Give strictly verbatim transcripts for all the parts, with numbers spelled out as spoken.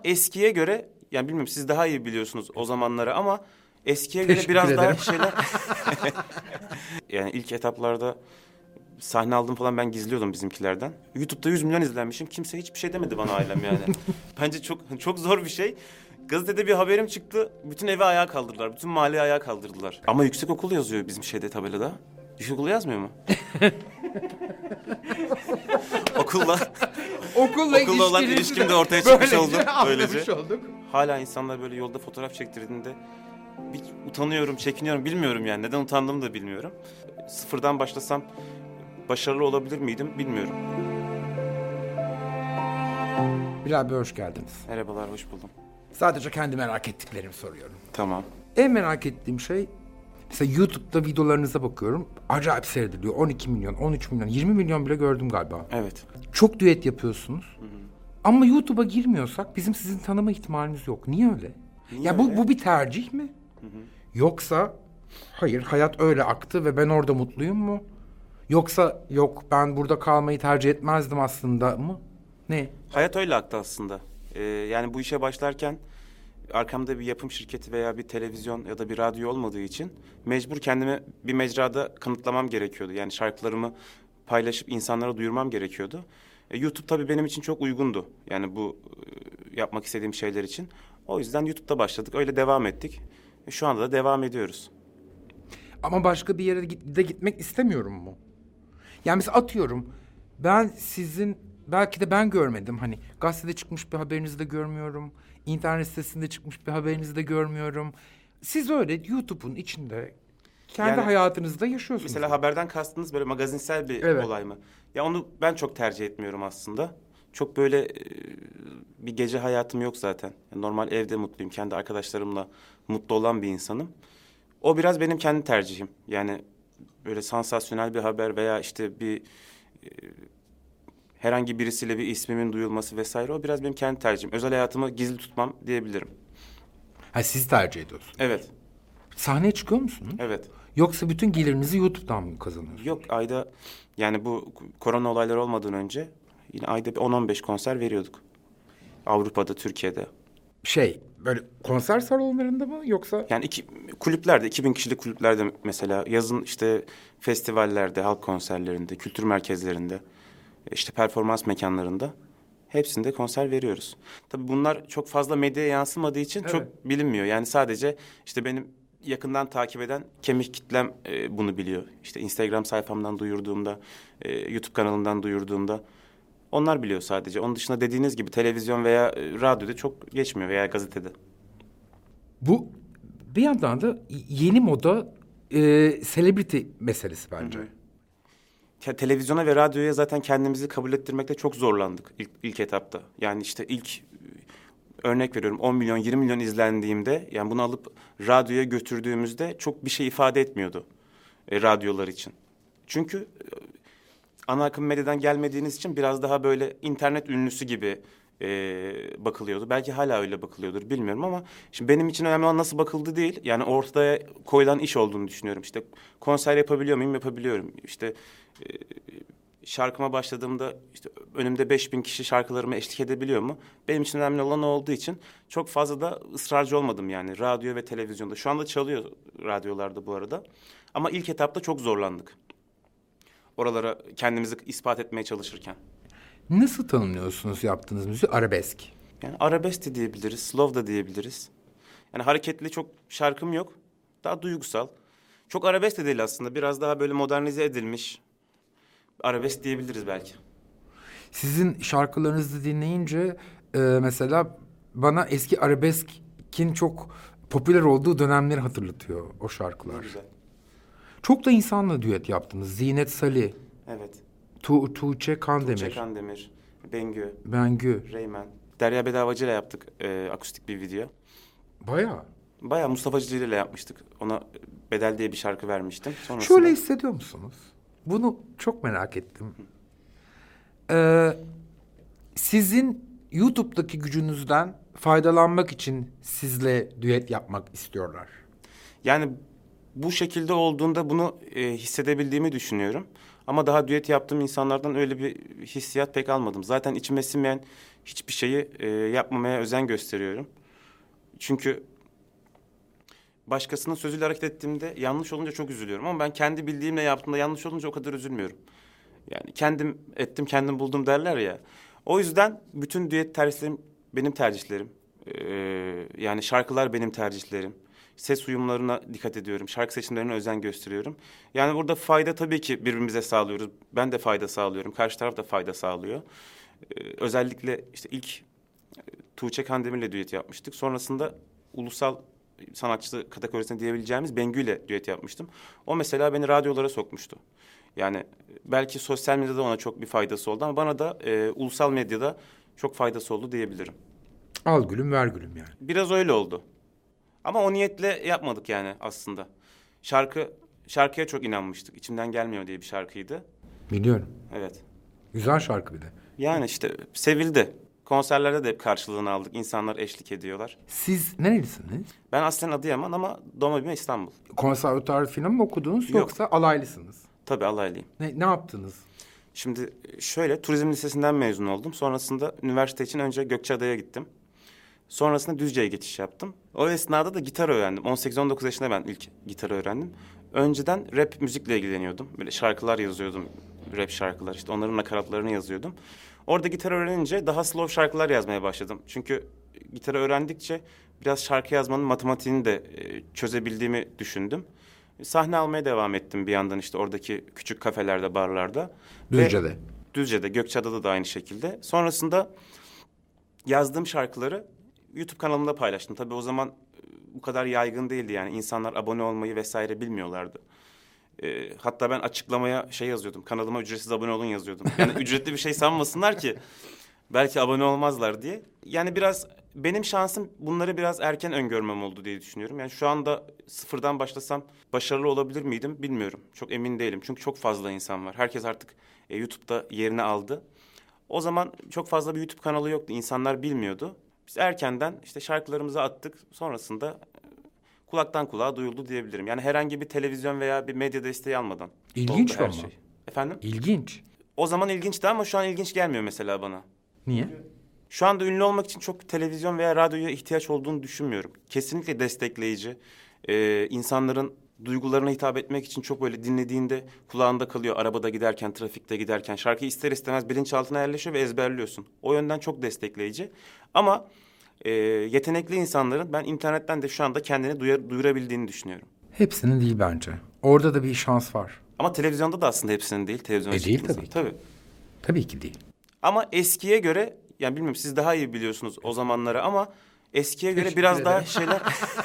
Eskiye göre, yani bilmiyorum siz daha iyi biliyorsunuz o zamanları ama eskiye göre biraz ederim. daha şeyler... Yani ilk etaplarda sahne aldım falan ben gizliyordum bizimkilerden. YouTube'da yüz milyon izlenmişim. Kimse hiçbir şey demedi bana, ailem yani. Bence çok çok zor bir şey. Gazetede bir haberim çıktı. Bütün evi ayağa kaldırdılar. Bütün mahalleyi ayağa kaldırdılar. Ama yüksekokul yazıyor bizim şeyde, tabelada. Yüksekokul yazmıyor mu? Okulla Okulla, okulla olan ilişkim de ortaya çıkmış oldu. Böylece. Olduk. Hala insanlar böyle yolda fotoğraf çektirdiğinde bir utanıyorum, çekiniyorum. Bilmiyorum yani. Neden utandığımı da bilmiyorum. Sıfırdan başlasam başarılı olabilir miydim bilmiyorum. Bilal Bey hoş geldiniz. Merhabalar, hoş buldum. Sadece kendi merak ettiklerimi soruyorum. Tamam. En merak ettiğim şey, mesela YouTube'da videolarınıza bakıyorum. Acayip seyrediliyor. on iki milyon, on üç milyon, yirmi milyon bile gördüm galiba. Evet. Çok düet yapıyorsunuz. Hı hı. Ama YouTube'a girmiyorsak bizim sizin tanıma ihtimalimiz yok. Niye öyle? Niye ya öyle? bu bu bir tercih mi? Hı hı. Yoksa hayır, hayat öyle aktı ve ben orada mutluyum mu? Yoksa yok, ben burada kalmayı tercih etmezdim aslında mı? Ne? Hayat öyle aktı aslında. Ee, yani bu işe başlarken arkamda bir yapım şirketi veya bir televizyon ya da bir radyo olmadığı için mecbur kendimi bir mecrada kanıtlamam gerekiyordu. Yani şarkılarımı paylaşıp insanlara duyurmam gerekiyordu. E, YouTube tabii benim için çok uygundu. Yani bu e, yapmak istediğim şeyler için. O yüzden YouTube'da başladık. Öyle devam ettik. E, şu anda da devam ediyoruz. Ama başka bir yere de gitmek istemiyorum mu? Yani mesela atıyorum, ben sizin, belki de ben görmedim, hani gazetede çıkmış bir haberinizi de görmüyorum, internet sitesinde çıkmış bir haberinizi de görmüyorum. Siz öyle YouTube'un içinde kendi yani, hayatınızda yaşıyorsunuz. Mesela haberden kastınız böyle magazinsel bir evet. olay mı? Ya onu ben çok tercih etmiyorum aslında. Çok böyle e, bir gece hayatım yok zaten. Yani normal evde mutluyum, kendi arkadaşlarımla mutlu olan bir insanım. O biraz benim kendi tercihim. Yani böyle sansasyonel bir haber veya işte bir e, herhangi birisiyle bir ismimin duyulması vesaire, o biraz benim kendi tercihim. Özel hayatımı gizli tutmam diyebilirim. Ha, siz tercih ediyorsunuz. Evet. Sahneye çıkıyor musunuz? Evet. Yoksa bütün gelirinizi YouTube'dan mı kazanıyorsunuz? Yok, ayda yani bu korona olayları olmadan önce yine ayda bir on on beş konser veriyorduk. Avrupa'da, Türkiye'de. Şey, böyle konser salonlarında mı yoksa? Yani iki, kulüplerde, iki bin kişilik kulüplerde mesela, yazın işte festivallerde, halk konserlerinde, kültür merkezlerinde, işte performans mekanlarında hepsinde konser veriyoruz. Tabii bunlar çok fazla medyaya yansımadığı için evet. çok bilinmiyor. Yani sadece işte benim yakından takip eden kemik kitlem e, bunu biliyor. İşte Instagram sayfamdan duyurduğumda, e, YouTube kanalından duyurduğumda onlar biliyor sadece. Onun dışında dediğiniz gibi televizyon veya e, radyoda çok geçmiyor veya gazetede. Bu bir yandan da yeni moda e, celebrity meselesi bence. Hı hı. Ya, televizyona ve radyoya zaten kendimizi kabul ettirmekte çok zorlandık ilk, ilk etapta. Yani işte ilk örnek veriyorum on milyon, yirmi milyon izlendiğimde, yani bunu alıp radyoya götürdüğümüzde çok bir şey ifade etmiyordu e, radyolar için. Çünkü e, ana akım medyadan gelmediğiniz için biraz daha böyle internet ünlüsü gibi e, bakılıyordu. Belki hala öyle bakılıyordur, bilmiyorum ama şimdi benim için önemli olan nasıl bakıldı değil. Yani ortaya koyulan iş olduğunu düşünüyorum. İşte konser yapabiliyor muyum? Yapabiliyorum. İşte e, şarkıma başladığımda işte önümde beş bin kişi şarkılarıma eşlik edebiliyor mu? Benim için önemli olan o olduğu için çok fazla da ısrarcı olmadım yani radyo ve televizyonda. Şu anda çalıyor radyolarda bu arada. Ama ilk etapta çok zorlandık. Oralara kendimizi ispat etmeye çalışırken. Nasıl tanımlıyorsunuz yaptığınız müziği? Arabesk. Yani arabesk de diyebiliriz, slow da diyebiliriz. Yani hareketli çok şarkım yok. Daha duygusal. Çok arabesk de değil aslında. Biraz daha böyle modernize edilmiş arabesk diyebiliriz belki. Sizin şarkılarınızı dinleyince e, mesela bana eski arabeskin çok popüler olduğu dönemleri hatırlatıyor o şarkılar. Güzel. Çok da insanla düet yaptınız. Zinet Salih. Evet. Tu Tuğçe Kandemir. Tuğçe Kandemir, Bengü. Bengü. Reymen. Derya Bedavacı ile yaptık e, akustik bir video. Bayağı. Bayağı Mustafa Cicili ile yapmıştık. Ona Bedel diye bir şarkı vermiştim. Sonrasında... Şöyle hissediyor musunuz? Bunu çok merak ettim. Ee, sizin YouTube'daki gücünüzden faydalanmak için sizle düet yapmak istiyorlar. Yani bu şekilde olduğunda bunu e, hissedebildiğimi düşünüyorum. Ama daha düet yaptığım insanlardan öyle bir hissiyat pek almadım. Zaten içime sinmeyen hiçbir şeyi e, yapmamaya özen gösteriyorum. Çünkü başkasının sözüyle hareket ettiğimde yanlış olunca çok üzülüyorum. Ama ben kendi bildiğimle yaptığımda yanlış olunca o kadar üzülmüyorum. Yani kendim ettim, kendim buldum derler ya. O yüzden bütün düet tercihlerim benim tercihlerim. Ee, yani şarkılar benim tercihlerim. Ses uyumlarına dikkat ediyorum. Şarkı seçimlerine özen gösteriyorum. Yani burada fayda tabii ki birbirimize sağlıyoruz. Ben de fayda sağlıyorum. Karşı taraf da fayda sağlıyor. Ee, özellikle işte ilk e, Tuğçe Kandemir'le düet yapmıştık. Sonrasında ulusal sanatçı kategorisine diyebileceğimiz Bengü ile düet yapmıştım. O mesela beni radyolara sokmuştu. Yani belki sosyal medyada ona çok bir faydası oldu ama bana da e, ulusal medyada çok faydası oldu diyebilirim. Al gülüm ver gülüm yani. Biraz öyle oldu. Ama o niyetle yapmadık yani aslında. Şarkı şarkıya çok inanmıştık. İçimden gelmiyor diye bir şarkıydı. Biliyorum. Evet. Güzel şarkı bir de. Yani işte sevildi. Konserlerde de hep karşılığını aldık. İnsanlar eşlik ediyorlar. Siz nerelisiniz? Ben aslen Adıyaman ama doğma büyüme İstanbul. Konservatuar falan mı okudunuz Yok. yoksa alaylısınız? Tabii alaylıyım. Ne, ne yaptınız? Şimdi şöyle turizm lisesinden mezun oldum. Sonrasında üniversite için önce Gökçeada'ya gittim. Sonrasında Düzce'ye geçiş yaptım. O esnada da gitar öğrendim. on sekiz on dokuz yaşında ben ilk gitarı öğrendim. Önceden rap müzikle ilgileniyordum. Böyle şarkılar yazıyordum. Rap şarkılar işte onların nakaratlarını yazıyordum. Orada gitar öğrenince daha slow şarkılar yazmaya başladım. Çünkü gitarı öğrendikçe biraz şarkı yazmanın matematiğini de e, çözebildiğimi düşündüm. Sahne almaya devam ettim bir yandan işte oradaki küçük kafelerde, barlarda. Düzce'de. Ve Düzce'de, Gökçeada'da da aynı şekilde. Sonrasında yazdığım şarkıları YouTube kanalımda paylaştım. Tabii o zaman bu kadar yaygın değildi yani. İnsanlar abone olmayı vesaire bilmiyorlardı. Ee, hatta ben açıklamaya şey yazıyordum. Kanalıma ücretsiz abone olun yazıyordum. Yani ücretli bir şey sanmasınlar ki belki abone olmazlar diye. Yani biraz benim şansım bunları biraz erken öngörmem oldu diye düşünüyorum. Yani şu anda sıfırdan başlasam başarılı olabilir miydim bilmiyorum. Çok emin değilim. Çünkü çok fazla insan var. Herkes artık e, YouTube'da yerini aldı. O zaman çok fazla bir YouTube kanalı yoktu. İnsanlar bilmiyordu. Biz erkenden işte şarkılarımızı attık. Sonrasında e, kulaktan kulağa duyuldu diyebilirim. Yani herhangi bir televizyon veya bir medya desteği almadan İlginç oldu her ama. şey. Efendim? İlginç. O zaman ilginçti ama şu an ilginç gelmiyor mesela bana. Niye? Şu anda ünlü olmak için çok televizyon veya radyoya ihtiyaç olduğunu düşünmüyorum. Kesinlikle destekleyici. Ee, insanların duygularına hitap etmek için çok böyle dinlediğinde kulağında kalıyor. Arabada giderken, trafikte giderken şarkıyı ister istemez bilinçaltına yerleşiyor ve ezberliyorsun. O yönden çok destekleyici. Ama e, yetenekli insanların ben internetten de şu anda kendini duyar, duyurabildiğini düşünüyorum. Hepsinin değil bence. Orada da bir şans var. Ama televizyonda da aslında hepsinin değil. Televizyona E değil çıktığınızda. tabii ki. Tabii. Tabii ki değil. Ama eskiye göre yani bilmiyorum siz daha iyi biliyorsunuz o zamanları ama eskiye göre Teşekkür biraz ederim. daha şeyler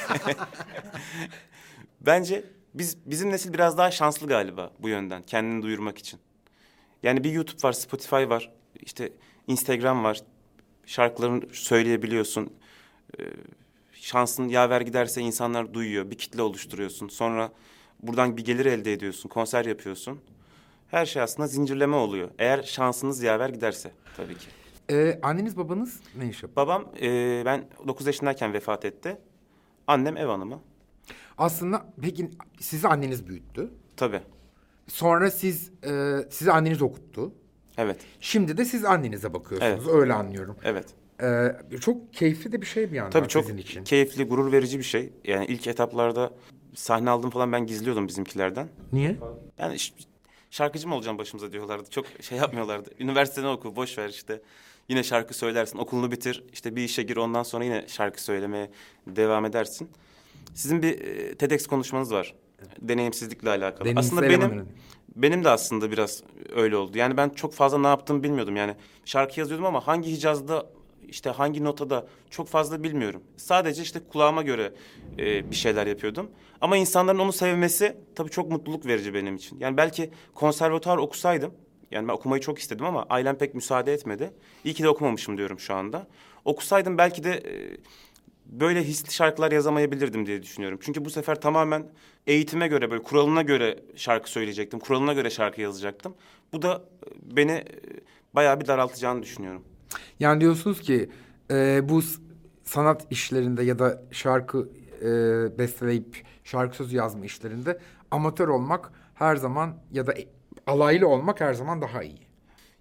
bence biz bizim nesil biraz daha şanslı galiba bu yönden kendini duyurmak için. Yani bir YouTube var, Spotify var, işte Instagram var. Şarkılarını söyleyebiliyorsun. Ee, şansın yaver giderse insanlar duyuyor, bir kitle oluşturuyorsun. Sonra buradan bir gelir elde ediyorsun, konser yapıyorsun. Her şey aslında zincirleme oluyor. Eğer şansınız yaver giderse tabii ki. Ee, anneniz babanız ne iş yapıyor? Babam e, ben dokuz yaşındayken vefat etti. Annem ev hanımı. Aslında peki sizi anneniz büyüttü. Tabii. Sonra siz e, sizi anneniz okuttu. Evet. Şimdi de siz annenize bakıyorsunuz. Evet. Öyle anlıyorum. Evet. Ee, çok keyifli de bir şey bir yandan Tabii çok sizin için. keyifli, gurur verici bir şey. Yani ilk etaplarda sahne aldım falan ben gizliyordum bizimkilerden. Niye? Yani ş- şarkıcı mı olacağım başımıza diyorlardı. Çok şey yapmıyorlardı. Üniversiteni oku, boş ver işte. Yine şarkı söylersin, okulunu bitir. İşte bir işe gir ondan sonra yine şarkı söylemeye devam edersin. Sizin bir e, TEDx konuşmanız var. Deneyimsizlikle alakalı. Deneyimsel aslında benim elemanın. benim de aslında biraz öyle oldu. Yani ben çok fazla ne yaptığımı bilmiyordum. Yani şarkı yazıyordum ama hangi hicazda işte hangi notada çok fazla bilmiyorum. Sadece işte kulağıma göre e, bir şeyler yapıyordum. Ama insanların onu sevmesi tabii çok mutluluk verici benim için. Yani belki konservatuar okusaydım, yani ben okumayı çok istedim ama ailem pek müsaade etmedi. İyi ki de okumamışım diyorum şu anda. Okusaydım belki de e, böyle hisli şarkılar yazamayabilirdim diye düşünüyorum. Çünkü bu sefer tamamen eğitime göre böyle kuralına göre şarkı söyleyecektim. Kuralına göre şarkı yazacaktım. Bu da e, beni e, bayağı bir daraltacağını düşünüyorum. Yani diyorsunuz ki e, bu s- sanat işlerinde ya da şarkı e, besteleyip şarkı sözü yazma işlerinde amatör olmak her zaman ya da e- alaylı olmak her zaman daha iyi.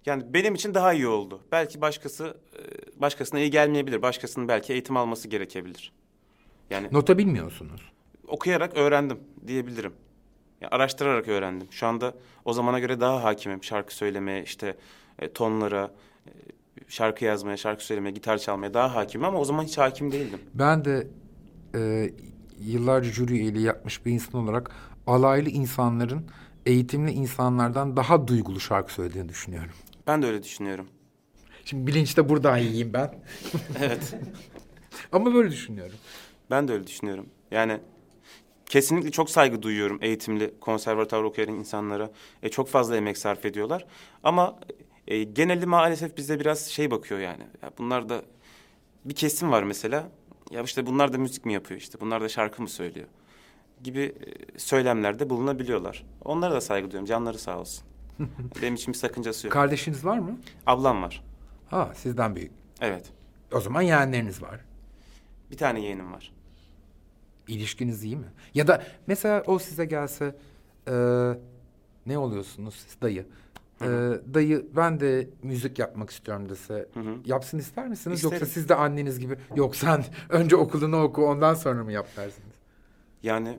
Yani benim için daha iyi oldu. Belki başkası e, başkasına iyi gelmeyebilir. Başkasının belki eğitim alması gerekebilir. Yani Nota bilmiyorsunuz. okuyarak öğrendim diyebilirim. Yani araştırarak öğrendim. Şu anda o zamana göre daha hakimim. Şarkı söylemeye, işte e, tonlara, e, şarkı yazmaya, şarkı söylemeye, gitar çalmaya daha hakimim ama o zaman hiç hakim değildim. Ben de e, yıllarca jüri üyeliği yapmış bir insan olarak alaylı insanların eğitimli insanlardan daha duygulu şarkı söylediğini düşünüyorum. Ben de öyle düşünüyorum. Şimdi bilinçte buradan yiyeyim ben. Evet. Ama böyle düşünüyorum. Ben de öyle düşünüyorum. Yani kesinlikle çok saygı duyuyorum eğitimli, konservatuvar okuyan insanlara. E, çok fazla emek sarf ediyorlar. Ama e, geneli maalesef bize biraz şey bakıyor yani. Ya bunlar da bir kesim var mesela. Ya işte bunlar da müzik mi yapıyor işte? Bunlar da şarkı mı söylüyor? Gibi e, söylemlerde bulunabiliyorlar. Onlara da saygı duyuyorum. Canları sağ olsun. Benim için bir sakıncası yok. Kardeşiniz var mı? Ablam var. Ha, sizden büyük. Evet. O zaman yeğenleriniz var. Bir tane yeğenim var. İlişkiniz iyi mi? Ya da mesela o size gelse e, ne oluyorsunuz siz dayı? E, dayı ben de müzik yapmak istiyorum dese Hı hı. yapsın ister misiniz? İsterim. Yoksa siz de anneniz gibi yok sen önce okulunu oku ondan sonra mı yap dersiniz? Yani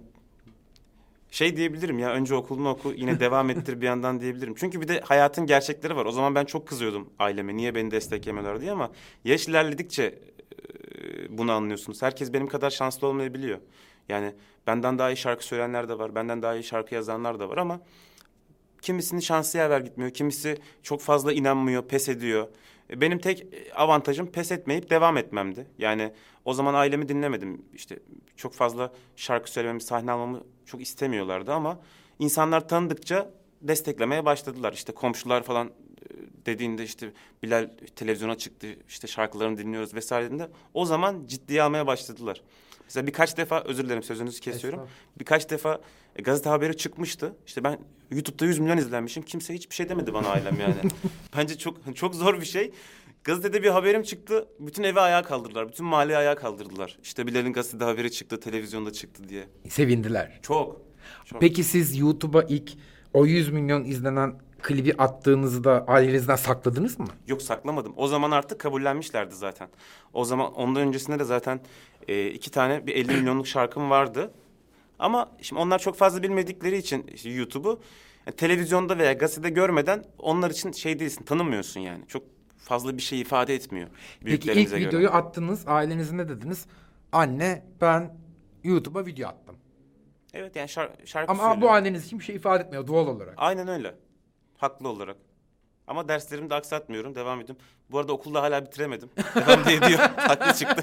şey diyebilirim ya, önce okulunu oku yine devam ettir bir yandan diyebilirim. Çünkü bir de hayatın gerçekleri var. O zaman ben çok kızıyordum aileme, niye beni desteklemiyorlar diye, ama yaş ilerledikçe e, bunu anlıyorsunuz. Herkes benim kadar şanslı olmayabiliyor. Yani benden daha iyi şarkı söyleyenler de var, benden daha iyi şarkı yazanlar da var ama kimisinin şansı yaver gitmiyor, kimisi çok fazla inanmıyor, pes ediyor. E, Benim tek avantajım pes etmeyip devam etmemdi. Yani o zaman ailemi dinlemedim. İşte çok fazla şarkı söylememi, sahne almamı çok istemiyorlardı ama insanlar tanıdıkça desteklemeye başladılar. İşte komşular falan e, dediğinde işte Bilal televizyona çıktı, işte şarkılarını dinliyoruz vesaire dediğinde o zaman ciddiye almaya başladılar. Mesela birkaç defa, özür dilerim sözünüzü kesiyorum. Estağfurullah. Birkaç defa e, gazete haberi çıkmıştı. İşte ben YouTube'da yüz milyon izlenmişim. Kimse hiçbir şey demedi bana, ailem yani. Bence çok çok zor bir şey. Gazetede bir haberim çıktı. Bütün evi ayağa kaldırdılar. Bütün mahalleyi ayağa kaldırdılar. İşte Bilal'in gazetede haberi çıktı, televizyonda çıktı diye. Sevindiler. Çok. Çok. Peki siz YouTube'a ilk o yüz milyon izlenen klibi attığınızda ailenizden sakladınız mı? Yok, saklamadım. O zaman artık kabullenmişlerdi zaten. O zaman ondan öncesinde de zaten e, iki tane bir elli milyonluk şarkım vardı. Ama şimdi onlar çok fazla bilmedikleri için işte YouTube'u yani televizyonda veya gazetede görmeden onlar için şey değilsin, tanımıyorsun yani. Çok fazla bir şey ifade etmiyor Peki ilk büyüklerimize göre. videoyu attınız, ailenize ne dediniz? Anne ben YouTube'a video attım. Evet yani şar- şarkı Ama söylüyorum. bu anneniz için bir şey ifade etmiyor doğal olarak. Aynen öyle. Haklı olarak. Ama derslerimi de aksatmıyorum. Devam ediyorum. Bu arada okulda hala bitiremedim. Devam da ediyor. Haklı çıktı.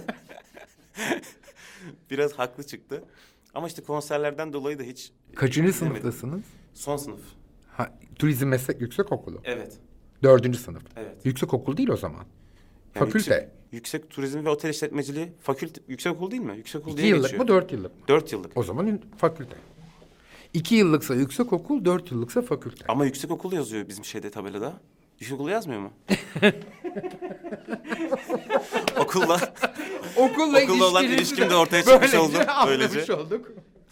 Biraz haklı çıktı. Ama işte konserlerden dolayı da hiç... Kaçıncı bitiremedim. sınıftasınız? Son sınıf. Ha, Turizm Meslek Yüksekokulu. Evet. Dördüncü sınıf. Evet. Yüksekokul değil o zaman. Yani Fakülte. Yüksek, yüksek turizm ve otel işletmeciliği fakülte, yüksekokul değil mi? Yüksekokul İki diye yıllık geçiyor. mı dört yıllık mı? Dört yıllık. O zaman ün- fakülte. İki yıllıksa yüksekokul, dört yıllıksa fakülte. Ama yüksekokul yazıyor bizim şeyde, tabelada. Yüksekokul yazmıyor mu? Okulla, Okulla, okulla olan ilişkinizi ilişkim de ortaya çıkmış oldu. anlamış Böylece. olduk.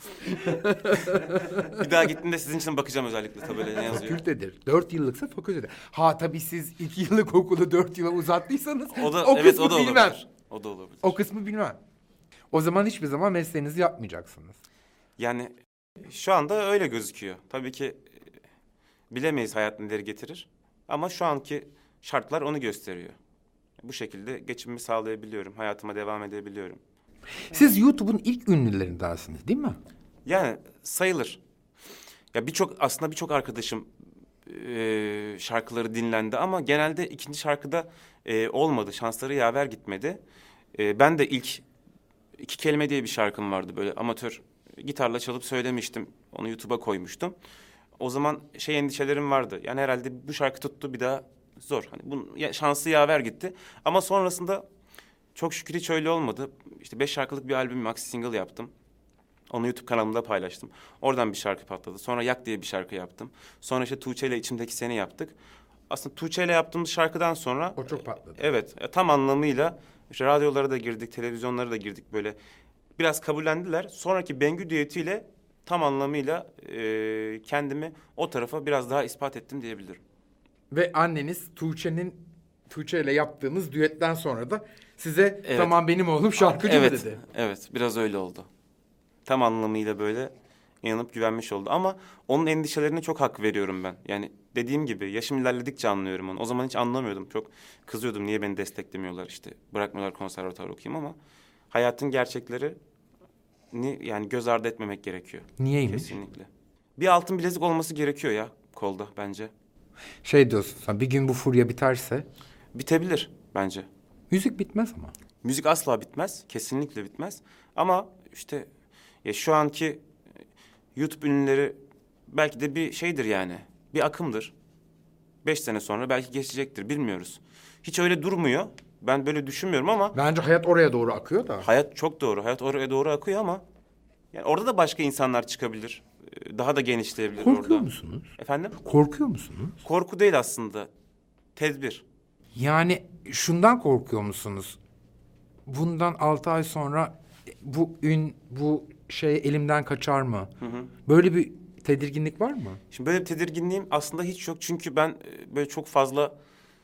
Bir daha gittiğimde sizin için bakacağım özellikle tabelaya ne yazıyor. Fakültedir. Dört yıllıksa fakültedir. Ha tabii siz iki yıllık okulu dört yıla uzattıysanız O da o evet, kısmı o da bilmem. olabilir. O da olabilir. O kısmı bilmem. O zaman hiçbir zaman mesleğinizi yapmayacaksınız. Yani şu anda öyle gözüküyor. Tabii ki e, bilemeyiz hayat neleri getirir. Ama şu anki şartlar onu gösteriyor. Bu şekilde geçimimi sağlayabiliyorum. Hayatıma devam edebiliyorum. Siz YouTube'un ilk ünlülerindensiniz değil mi? Yani sayılır. Ya birçok aslında birçok arkadaşım e, şarkıları dinlendi ama genelde ikinci şarkıda e, olmadı. Şansları yaver gitmedi. E, ben de ilk iki kelime diye bir şarkım vardı, böyle amatör gitarla çalıp söylemiştim. Onu YouTube'a koymuştum. O zaman şey endişelerim vardı. Yani herhalde bu şarkı tuttu, bir daha zor. Hani bunun ya, şansı yaver gitti. Ama sonrasında çok şükür hiç öyle olmadı. İşte beş şarkılık bir albüm, maxi single yaptım. Onu YouTube kanalımda paylaştım. Oradan bir şarkı patladı. Sonra Yak diye bir şarkı yaptım. Sonra işte Tuğçe ile İçimdeki Seni yaptık. Aslında Tuğçe ile yaptığımız şarkıdan sonra... O çok patladı. Evet, e, tam anlamıyla işte radyolara da girdik, televizyonlara da girdik böyle. Biraz kabullendiler. Sonraki Bengü düetiyle tam anlamıyla e, kendimi o tarafa biraz daha ispat ettim diyebilirim. ve anneniz Tuğçe'nin Tuğçe ile yaptığınız düetten sonra da size Evet. tamam benim oğlum şarkıcı evet, mı dedi? Evet, biraz öyle oldu. Tam anlamıyla böyle inanıp güvenmiş oldu. Ama onun endişelerine çok hak veriyorum ben. Yani dediğim gibi yaşım ilerledikçe anlıyorum onu. O zaman hiç anlamıyordum. Çok kızıyordum niye beni desteklemiyorlar işte. Bırakmıyorlar konservatuvar okuyayım ama hayatın gerçekleri ni yani göz ardı etmemek gerekiyor. Niyeymiş? Kesinlikle. Bir altın bilezik olması gerekiyor ya kolda bence. Şey diyorsun sen, bir gün bu furya biterse Bitebilir bence. müzik bitmez ama. Müzik asla bitmez. Kesinlikle bitmez. Ama işte ya şu anki YouTube ünlüleri belki de bir şeydir yani. Bir akımdır. Beş sene sonra belki geçecektir. Bilmiyoruz. Hiç öyle durmuyor. Ben böyle düşünmüyorum ama Bence hayat oraya doğru akıyor da. hayat çok doğru. Hayat oraya doğru akıyor ama yani orada da başka insanlar çıkabilir. Ee, Daha da genişleyebilir Korkuyor orada. musunuz? Efendim? Korkuyor musunuz? Korku değil aslında. Tedbir. Yani şundan korkuyor musunuz? Bundan altı ay sonra bu ün, bu şey elimden kaçar mı? Böyle bir tedirginlik var mı? Şimdi böyle bir tedirginliğim aslında hiç yok. Çünkü ben e, böyle çok fazla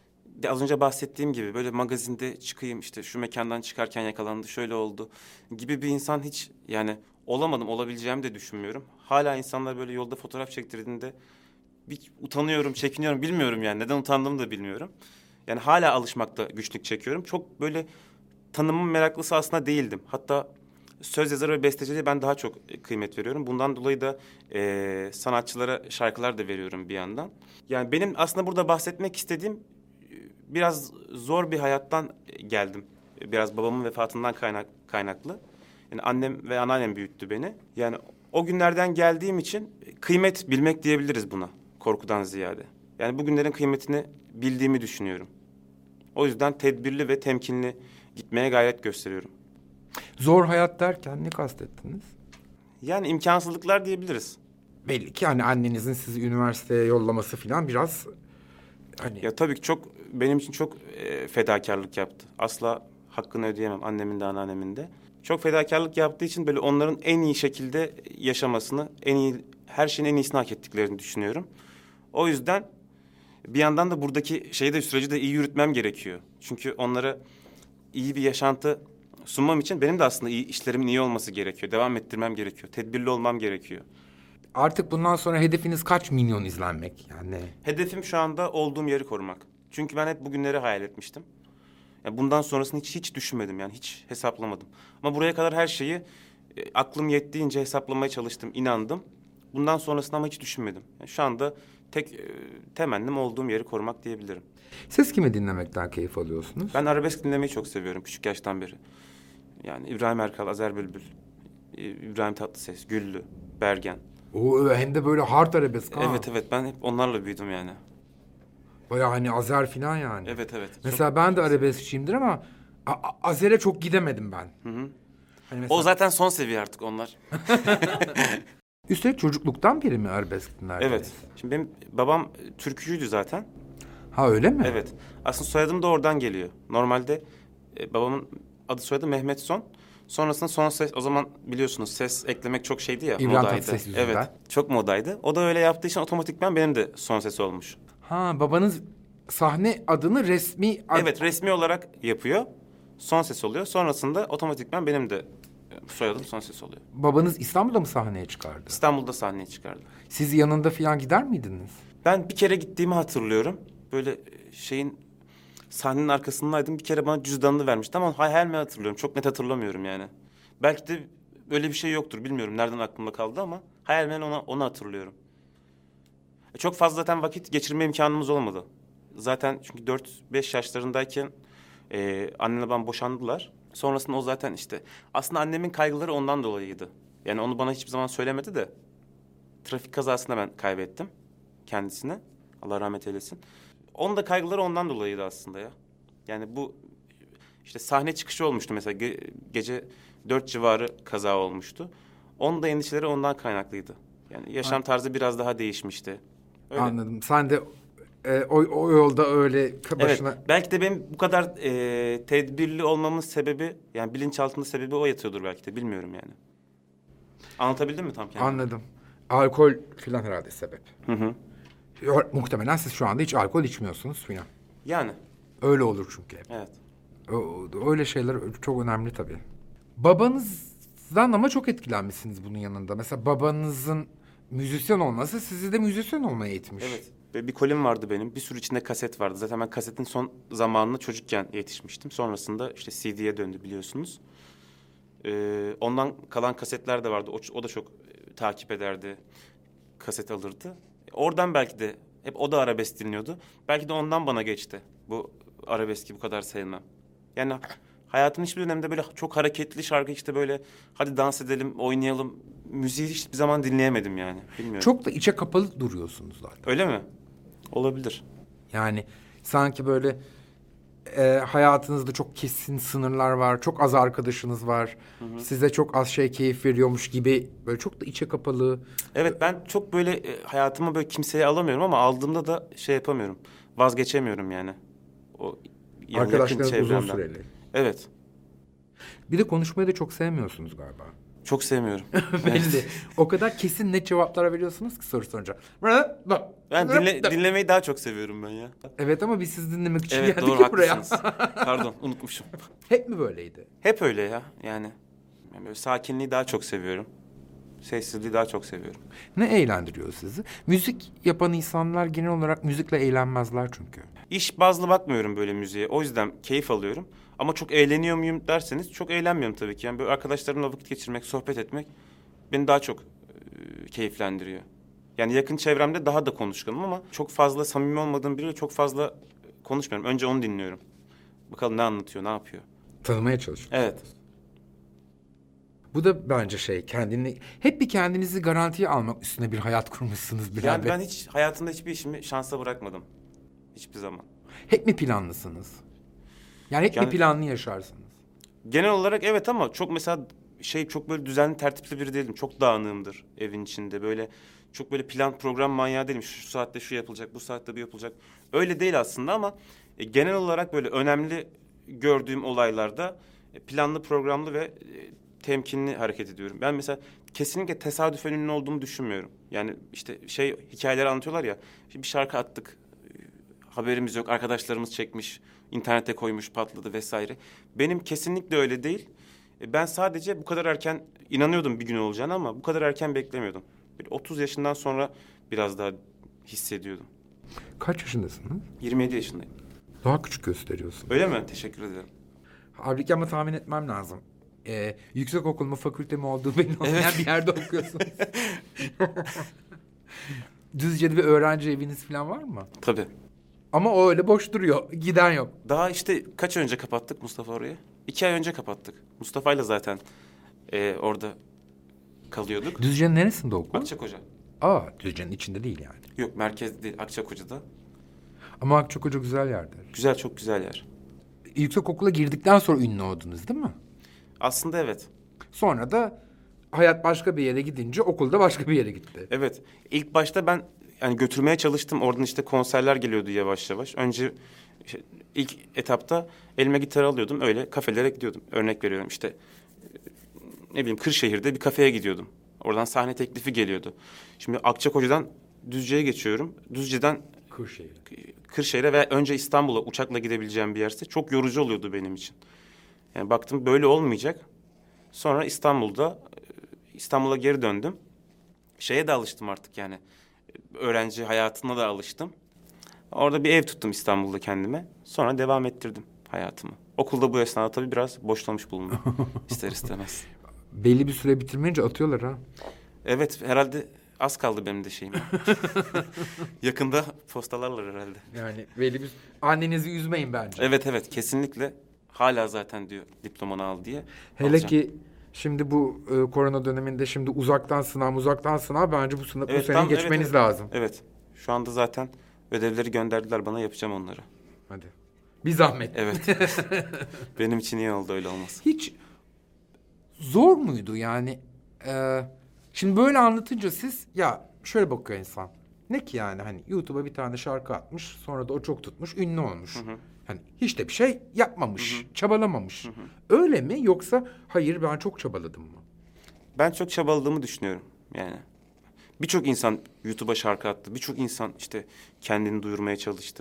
de az önce bahsettiğim gibi böyle magazinde çıkayım işte şu mekandan çıkarken yakalandı şöyle oldu gibi bir insan hiç yani olamadım, olabileceğimi de düşünmüyorum. Hala insanlar böyle yolda fotoğraf çektirdiğinde bir utanıyorum, çekiniyorum, bilmiyorum yani neden utandığımı da bilmiyorum. Yani hala alışmakta güçlük çekiyorum. Çok böyle tanımın meraklısı aslında değildim. Hatta söz yazarı ve besteciliğe ben daha çok e, kıymet veriyorum. Bundan dolayı da e, sanatçılara şarkılar da veriyorum bir yandan. Yani benim aslında burada bahsetmek istediğim e, biraz zor bir hayattan e, geldim. E, Biraz babamın vefatından kaynak, kaynaklı. Yani annem ve anneannem büyüttü beni. Yani o günlerden geldiğim için e, kıymet bilmek diyebiliriz buna. Korkudan ziyade. Yani bugünlerin kıymetini bildiğimi düşünüyorum. O yüzden tedbirli ve temkinli gitmeye gayret gösteriyorum. Zor hayat derken ne kastettiniz? Yani imkansızlıklar diyebiliriz. Belli ki hani annenizin sizi üniversiteye yollaması falan biraz hani Ya tabii ki çok benim için çok e, fedakarlık yaptı. Asla hakkını ödeyemem annemin de anneannemin de. Çok fedakarlık yaptığı için böyle onların en iyi şekilde yaşamasını, en iyi her şeyin en iyisini hak ettiklerini düşünüyorum. O yüzden bir yandan da buradaki şeyi de süreci de iyi yürütmem gerekiyor. Çünkü onlara iyi bir yaşantı sunmam için benim de aslında iyi işlerimin iyi olması gerekiyor. Devam ettirmem gerekiyor. Tedbirli olmam gerekiyor. artık bundan sonra hedefiniz kaç milyon izlenmek yani? Hedefim şu anda olduğum yeri korumak. Çünkü ben hep bugünleri hayal etmiştim. Yani bundan sonrasını hiç hiç düşünmedim yani hiç hesaplamadım. Ama buraya kadar her şeyi e, aklım yettiğince hesaplamaya çalıştım, inandım. Bundan sonrasını ama hiç düşünmedim. Yani şu anda tek e, temennim olduğum yeri korumak diyebilirim. Siz kimi dinlemekten keyif alıyorsunuz? Ben arabesk dinlemeyi çok seviyorum küçük yaştan beri. Yani İbrahim Erkal, Azer Bülbül, e, İbrahim Tatlıses, Güllü, Bergen. Oo, hem de böyle hard arabesk ha. Evet evet ben hep onlarla büyüdüm yani. Baya hani Azer falan yani. Evet evet. Mesela Çok- ben de arabeskçiyimdir ama A- A- Azer'e çok gidemedim ben. Hı hı. Hani mesela... O zaten son seviye artık onlar. Üstelik çocukluktan beri mi arabesk dinlerdiniz? Evet. Şimdi benim babam e, türkücüydü zaten. Ha öyle mi? Evet. Aslında soyadım da oradan geliyor. Normalde e, babamın adı soyadı Mehmet Son. Sonrasında son ses, o zaman biliyorsunuz ses eklemek çok şeydi ya, İbrahim modaydı. Tatlıses yüzünden. Evet, çok modaydı. O da öyle yaptığı için otomatikman benim de son ses olmuş. Ha babanız sahne adını resmi... ad- Evet, resmi olarak yapıyor. Son ses oluyor. Sonrasında otomatikman benim de e, soyadım son ses oluyor. Babanız İstanbul'da mı sahneye çıkardı? İstanbul'da sahneye çıkardı. Siz yanında falan gider miydiniz? Ben bir kere gittiğimi hatırlıyorum. Böyle e, şeyin sahnenin arkasındaydım. Bir kere bana cüzdanını vermişti ama hayal mi hatırlıyorum. Çok net hatırlamıyorum yani. Belki de öyle bir şey yoktur. Bilmiyorum nereden aklımda kaldı ama hayalmen ona, onu hatırlıyorum. E, Çok fazla zaten vakit geçirme imkanımız olmadı. Zaten çünkü dört beş yaşlarındayken e, annemle babam boşandılar. Sonrasında o zaten işte aslında annemin kaygıları ondan dolayıydı. Yani onu bana hiçbir zaman söylemedi de trafik kazasında ben kaybettim kendisini. Allah rahmet eylesin. Onun da kaygıları ondan dolayıydı aslında ya. Yani bu işte sahne çıkışı olmuştu mesela ge- gece dört civarı kaza olmuştu. Onun da endişeleri ondan kaynaklıydı. Yani yaşam tarzı biraz daha değişmişti. Öyle. Anladım. Sen de e, o, o yolda öyle ka- Evet, başına... belki de benim bu kadar e, tedbirli olmamın sebebi yani bilinçaltında sebebi o yatıyordur belki de bilmiyorum yani. Anlatabildim mi tam kendimi? Anladım. Alkol falan herhalde sebep. Hı hı. Yo- Muhtemelen siz şu anda hiç alkol içmiyorsunuz filan. Yani Öyle olur çünkü hep. evet. O- Öyle şeyler çok önemli tabii. Babanızdan ama çok etkilenmişsiniz bunun yanında. Mesela babanızın müzisyen olması sizi de müzisyen olmaya itmiş. Evet. Ve bir kolim vardı benim. Bir sürü içinde kaset vardı. Zaten ben kasetin son zamanında çocukken yetişmiştim. Sonrasında işte C D'ye döndü biliyorsunuz. Ee, ondan kalan kasetler de vardı. O, o da çok e, takip ederdi. Kaset alırdı. Oradan belki de hep o da arabesk dinliyordu. Belki de ondan bana geçti. Bu arabeski bu kadar sevmem. Yani hayatımın hiçbir döneminde böyle çok hareketli şarkı işte böyle hadi dans edelim, oynayalım. Müziği hiçbir zaman dinleyemedim yani. Bilmiyorum. Çok da içe kapalı duruyorsunuz zaten. Öyle mi? Olabilir. Yani sanki böyle e, hayatınızda çok kesin sınırlar var. Çok az arkadaşınız var. Size çok az şey keyif veriyormuş gibi. Böyle çok da içe kapalı. Evet ben çok böyle e, hayatıma böyle kimseye alamıyorum ama aldığımda da şey yapamıyorum. Vazgeçemiyorum yani. O yani yakın Arkadaşlarınız uzun çevremden. süreli. Evet. Bir de konuşmayı da çok sevmiyorsunuz galiba. Çok sevmiyorum. Belli. O kadar kesin net cevaplar veriyorsunuz ki soru sorunca. Ben dinle, dinlemeyi daha çok seviyorum ben ya. Evet ama biz sizi dinlemek için Evet geldik doğru ya buraya. haklısınız. Pardon unutmuşum. Hep mi böyleydi? Hep öyle ya yani. Ben böyle sakinliği daha çok seviyorum. Sessizliği daha çok seviyorum. Ne eğlendiriyor sizi? Müzik yapan insanlar genel olarak müzikle eğlenmezler çünkü. İş bazlı bakmıyorum böyle müziğe. O yüzden keyif alıyorum. Ama çok eğleniyor muyum derseniz çok eğlenmiyorum tabii ki. Yani böyle arkadaşlarımla vakit geçirmek, sohbet etmek beni daha çok e, keyiflendiriyor. Yani yakın çevremde daha da konuşkanım ama çok fazla samimi olmadığım biriyle çok fazla konuşmuyorum. Önce onu dinliyorum. Bakalım ne anlatıyor, ne yapıyor. Tanımaya çalışıyorsunuz. Evet. Bu da bence şey kendini hep bir kendinizi garantiye almak üstüne bir hayat kurmuşsunuz Bilal Yani Bey. ben hiç hayatımda hiçbir işimi şansa bırakmadım. Hiçbir zaman. Hep mi planlısınız? Yani hep Yani- mi planlı yaşarsınız? Genel olarak evet ama çok mesela şey çok böyle düzenli tertipli biri değilim. Çok dağınığımdır evin içinde. Böyle çok böyle plan program manyağı değilim. Şu, şu saatte şu yapılacak, bu saatte bu yapılacak. Öyle değil aslında ama e, genel olarak böyle önemli gördüğüm olaylarda e, planlı, programlı ve e, temkinli hareket ediyorum. Ben mesela kesinlikle tesadüfen ünlü olduğumu düşünmüyorum. Yani işte şey hikayeleri anlatıyorlar ya. İşte bir şarkı attık. e, Haberimiz yok. Arkadaşlarımız çekmiş. İnternete koymuş, patladı vesaire. Benim kesinlikle öyle değil. E, Ben sadece bu kadar erken inanıyordum bir gün olacağını ama bu kadar erken beklemiyordum. Bir otuz yaşından sonra biraz daha hissediyordum. Kaç yaşındasınız? yirmi yedi yaşındayım. Daha küçük gösteriyorsun. Öyle mi? Teşekkür ederim. Halbuki ama tahmin etmem lazım. Ee, yüksek okul mu fakülte mi olduğu belli olmayan bir yerde okuyorsunuz. Düzce'de bir öğrenci eviniz falan var mı? Tabii. Ama o öyle boş duruyor. Giden yok. Daha işte kaç ay önce kapattık Mustafa orayı? İki ay önce kapattık. Mustafa'yla zaten e, orada kalıyorduk. Düzce'nin neresinde okul? Akçakoca. Aa, Düzce'nin içinde değil yani. Yok merkez değil Akçakoca'da. Ama Akçakoca güzel yerdir. Güzel çok güzel yer. Yüksek okula girdikten sonra ünlü oldunuz değil mi? Aslında evet. Sonra da hayat başka bir yere gidince okulda başka bir yere gitti. Evet. İlk başta ben yani götürmeye çalıştım. Oradan işte konserler geliyordu yavaş yavaş. Önce işte ilk etapta elime gitar alıyordum. Öyle kafelere gidiyordum. Örnek veriyorum işte ne bileyim Kırşehir'de bir kafeye gidiyordum. Oradan sahne teklifi geliyordu. Şimdi Akçakoca'dan Düzce'ye geçiyorum. Düzce'den Kırşehir. Kırşehir'e ve önce İstanbul'a uçakla gidebileceğim bir yerse çok yorucu oluyordu benim için. Yani baktım böyle olmayacak. Sonra İstanbul'da İstanbul'a geri döndüm. Şeye de alıştım artık yani. Öğrenci hayatına da alıştım. Orada bir ev tuttum İstanbul'da kendime. Sonra devam ettirdim hayatımı. Okulda bu esnada tabii biraz boşlamış bulundum. İster istemez. Belli bir süre bitirmeyince atıyorlar ha. Evet herhalde az kaldı benim de şeyim. Yakında postalarlar herhalde. Yani belli bir... Annenizi üzmeyin bence. Evet evet kesinlikle. Hala zaten diyor diplomanı al diye. Hele Alacağım. ki şimdi bu e, korona döneminde şimdi uzaktan sınav uzaktan sınav bence bu sınav bu Evet, sene tam- geçmeniz evet, evet. lazım. Evet. Şu anda zaten ödevleri gönderdiler bana yapacağım onları. Hadi. Bir zahmet. Evet. Benim için iyi oldu öyle olması. Hiç zor muydu yani? e, şimdi böyle anlatınca siz ya şöyle bakıyor insan. Ne ki yani hani YouTube'a bir tane şarkı atmış sonra da o çok tutmuş ünlü olmuş. Hani hiç de bir şey yapmamış, çabalamamış. Öyle mi yoksa hayır ben çok çabaladım mı? Ben çok çabaladığımı düşünüyorum yani. Birçok insan YouTube'a şarkı attı. Birçok insan işte kendini duyurmaya çalıştı.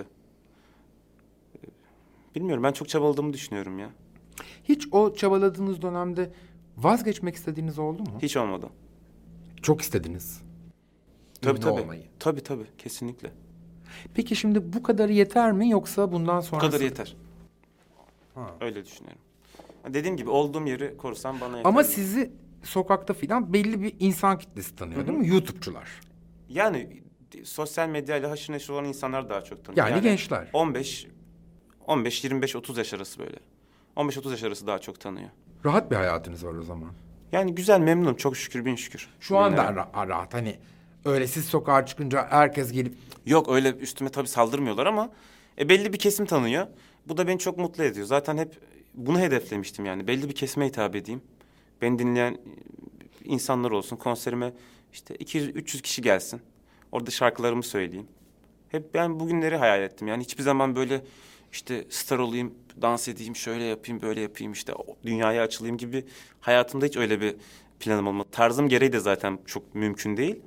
Bilmiyorum, ben çok çabaladığımı düşünüyorum ya. Hiç o çabaladığınız dönemde vazgeçmek istediğiniz oldu mu? Hiç olmadı. Çok istediniz. Tabii Ünlü tabii. olmayı. Tabii tabii, kesinlikle. Peki şimdi bu kadarı yeter mi yoksa bundan Bu sonrası? kadar yeter. Ha. Öyle düşünüyorum. Dediğim gibi olduğum yeri korusam bana yeter. Ama sizi sokakta filan belli bir insan kitlesi tanıyor, Hı değil hı. mi? YouTube'cular. Yani sosyal medyayla haşır neşir olan insanlar daha çok tanıyor. Yani gençler. on beş, on beş, yirmi beş, otuz yaş arası böyle. on beş otuz yaş arası daha çok tanıyor. Rahat bir hayatınız var o zaman. Yani güzel, memnunum. Çok şükür, bin şükür. Şu anda Binlerce. ra- rahat. Hani öyle siz sokağa çıkınca herkes gelip... Yok, öyle üstüme tabii saldırmıyorlar ama e, belli bir kesim tanıyor. Bu da beni çok mutlu ediyor. Zaten hep bunu hedeflemiştim yani. Belli bir kesime hitap edeyim. Beni dinleyen e, insanlar olsun. Konserime işte iki yüz üç yüz kişi gelsin. Orada şarkılarımı söyleyeyim. Hep ben bugünleri hayal ettim. Yani hiçbir zaman böyle işte star olayım, dans edeyim, şöyle yapayım, böyle yapayım, işte o dünyaya açılayım gibi hayatımda hiç öyle bir planım olmadı. Tarzım gereği de zaten çok mümkün değil.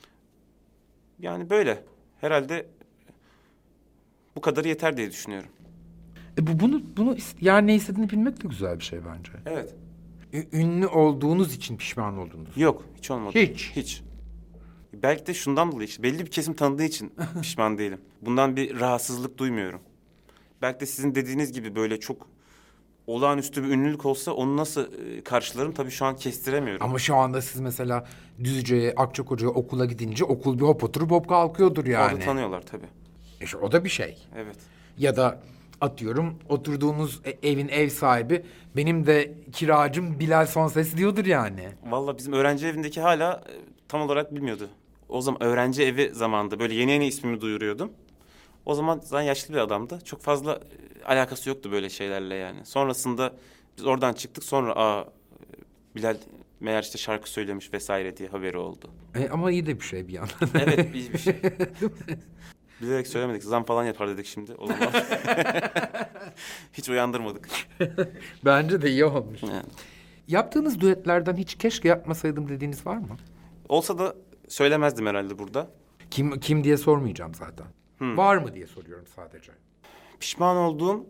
Yani böyle. Herhalde bu kadarı yeter diye düşünüyorum. E bu bunu bunu is- yani ne istediğini bilmek de güzel bir şey bence. Evet. Ü- ünlü olduğunuz için pişman oldunuz. Yok, hiç olmadı. Hiç. Hiç. Belki de şundan dolayı işte belli bir kesim tanıdığı için pişman değilim. Bundan bir rahatsızlık duymuyorum. Belki de sizin dediğiniz gibi böyle çok olağanüstü bir ünlülük olsa onu nasıl e, karşılarım tabii şu an kestiremiyorum. Ama şu anda siz mesela Düzce'ye, Akçakoca'ya okula gidince okul bir hop oturup hop kalkıyordur yani. Orada tanıyorlar tabii. İşte o da bir şey. Evet. Ya da atıyorum oturduğunuz e- evin ev sahibi benim de kiracım Bilal Sonses diyordur yani. Vallahi bizim öğrenci evindeki hala e, tam olarak bilmiyordu. O zaman öğrenci evi zamanında böyle yeni yeni ismimi duyuruyordum. O zaman zaten yaşlı bir adamdı. Çok fazla e, alakası yoktu böyle şeylerle yani. Sonrasında biz oradan çıktık. Sonra aa e, Bilal meğer işte şarkı söylemiş vesaire diye haberi oldu. E, ama iyi de bir şey bir yandan. Evet, iyi bir şey. Bilerek söylemedik. Zam falan yapar dedik şimdi. O zaman hiç uyandırmadık. Bence de iyi olmuş. Yani. Yaptığınız düetlerden hiç keşke yapmasaydım dediğiniz var mı? Olsa da söylemezdim herhalde burada. Kim kim diye sormayacağım zaten. Var mı diye soruyorum sadece. Pişman olduğum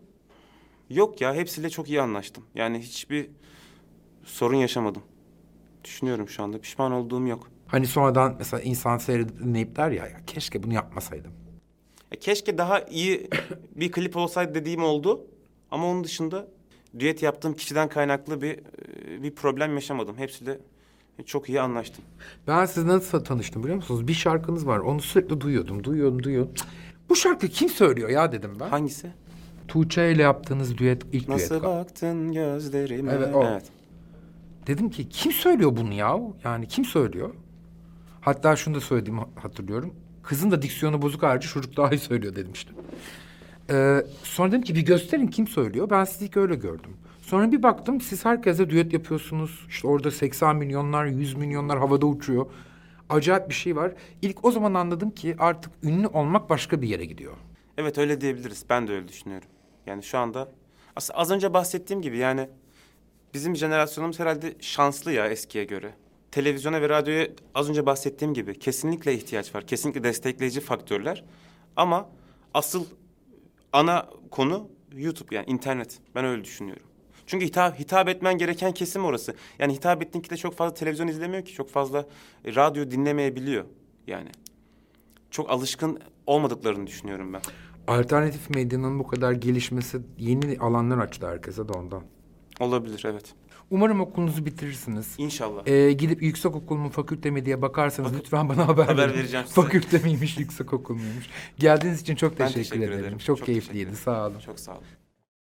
yok ya. Hepsiyle çok iyi anlaştım. Yani hiçbir sorun yaşamadım. Düşünüyorum şu anda. Pişman olduğum yok. Hani sonradan mesela insan seyredip dinleyip der ya, ya keşke bunu yapmasaydım. E, keşke daha iyi bir klip olsaydı dediğim oldu. Ama onun dışında düet yaptığım kişiden kaynaklı bir e, bir problem yaşamadım. Hepsiyle çok iyi anlaştım. Ben sizinle nasıl tanıştım biliyor musunuz? Bir şarkınız var. Onu sürekli duyuyordum, duyuyordum, duyuyordum. Cık, bu şarkı kim söylüyor ya dedim ben. Hangisi? Tuğçe ile yaptığınız düet, ilk Nasıl düet. baktın gözlerime? Evet, o. Evet. Dedim ki kim söylüyor bunu ya? Yani kim söylüyor? Hatta şunu da söylediğimi hatırlıyorum. Kızın da diksiyonu bozuk harici çocuk daha iyi söylüyor demiştim. Ee, sonra dedim ki bir gösterin kim söylüyor. Ben sizi ilk öyle gördüm. Sonra bir baktım siz herkese düet yapıyorsunuz. İşte orada seksen milyonlar, yüz milyonlar havada uçuyor. Acayip bir şey var. İlk o zaman anladım ki artık ünlü olmak başka bir yere gidiyor. Evet, öyle diyebiliriz. Ben de öyle düşünüyorum. Yani şu anda aslında az önce bahsettiğim gibi yani bizim jenerasyonumuz herhalde şanslı ya eskiye göre. Televizyona ve radyoya az önce bahsettiğim gibi kesinlikle ihtiyaç var. Kesinlikle destekleyici faktörler. Ama asıl ana konu YouTube, yani internet. Ben öyle düşünüyorum. Çünkü hitap, hitap etmen gereken kesim orası. Yani hitap ettiğin kitle çok fazla televizyon izlemiyor ki. Çok fazla e, radyo dinlemeyebiliyor yani. Çok alışkın olmadıklarını düşünüyorum ben. Alternatif medyanın bu kadar gelişmesi yeni alanlar açtı herkese de ondan. Olabilir, evet. Umarım okulunuzu bitirirsiniz. İnşallah. Ee, gidip yüksek okul mu fakülte mi diye bakarsanız lütfen bana haber, Haber verin. vereceğim size. Fakülte miymiş yüksek okul muymuş. Geldiğiniz için çok Ben teşekkür, teşekkür ederim. ederim. Çok, Çok keyifliydi teşekkür sağ olun. Çok sağ olun.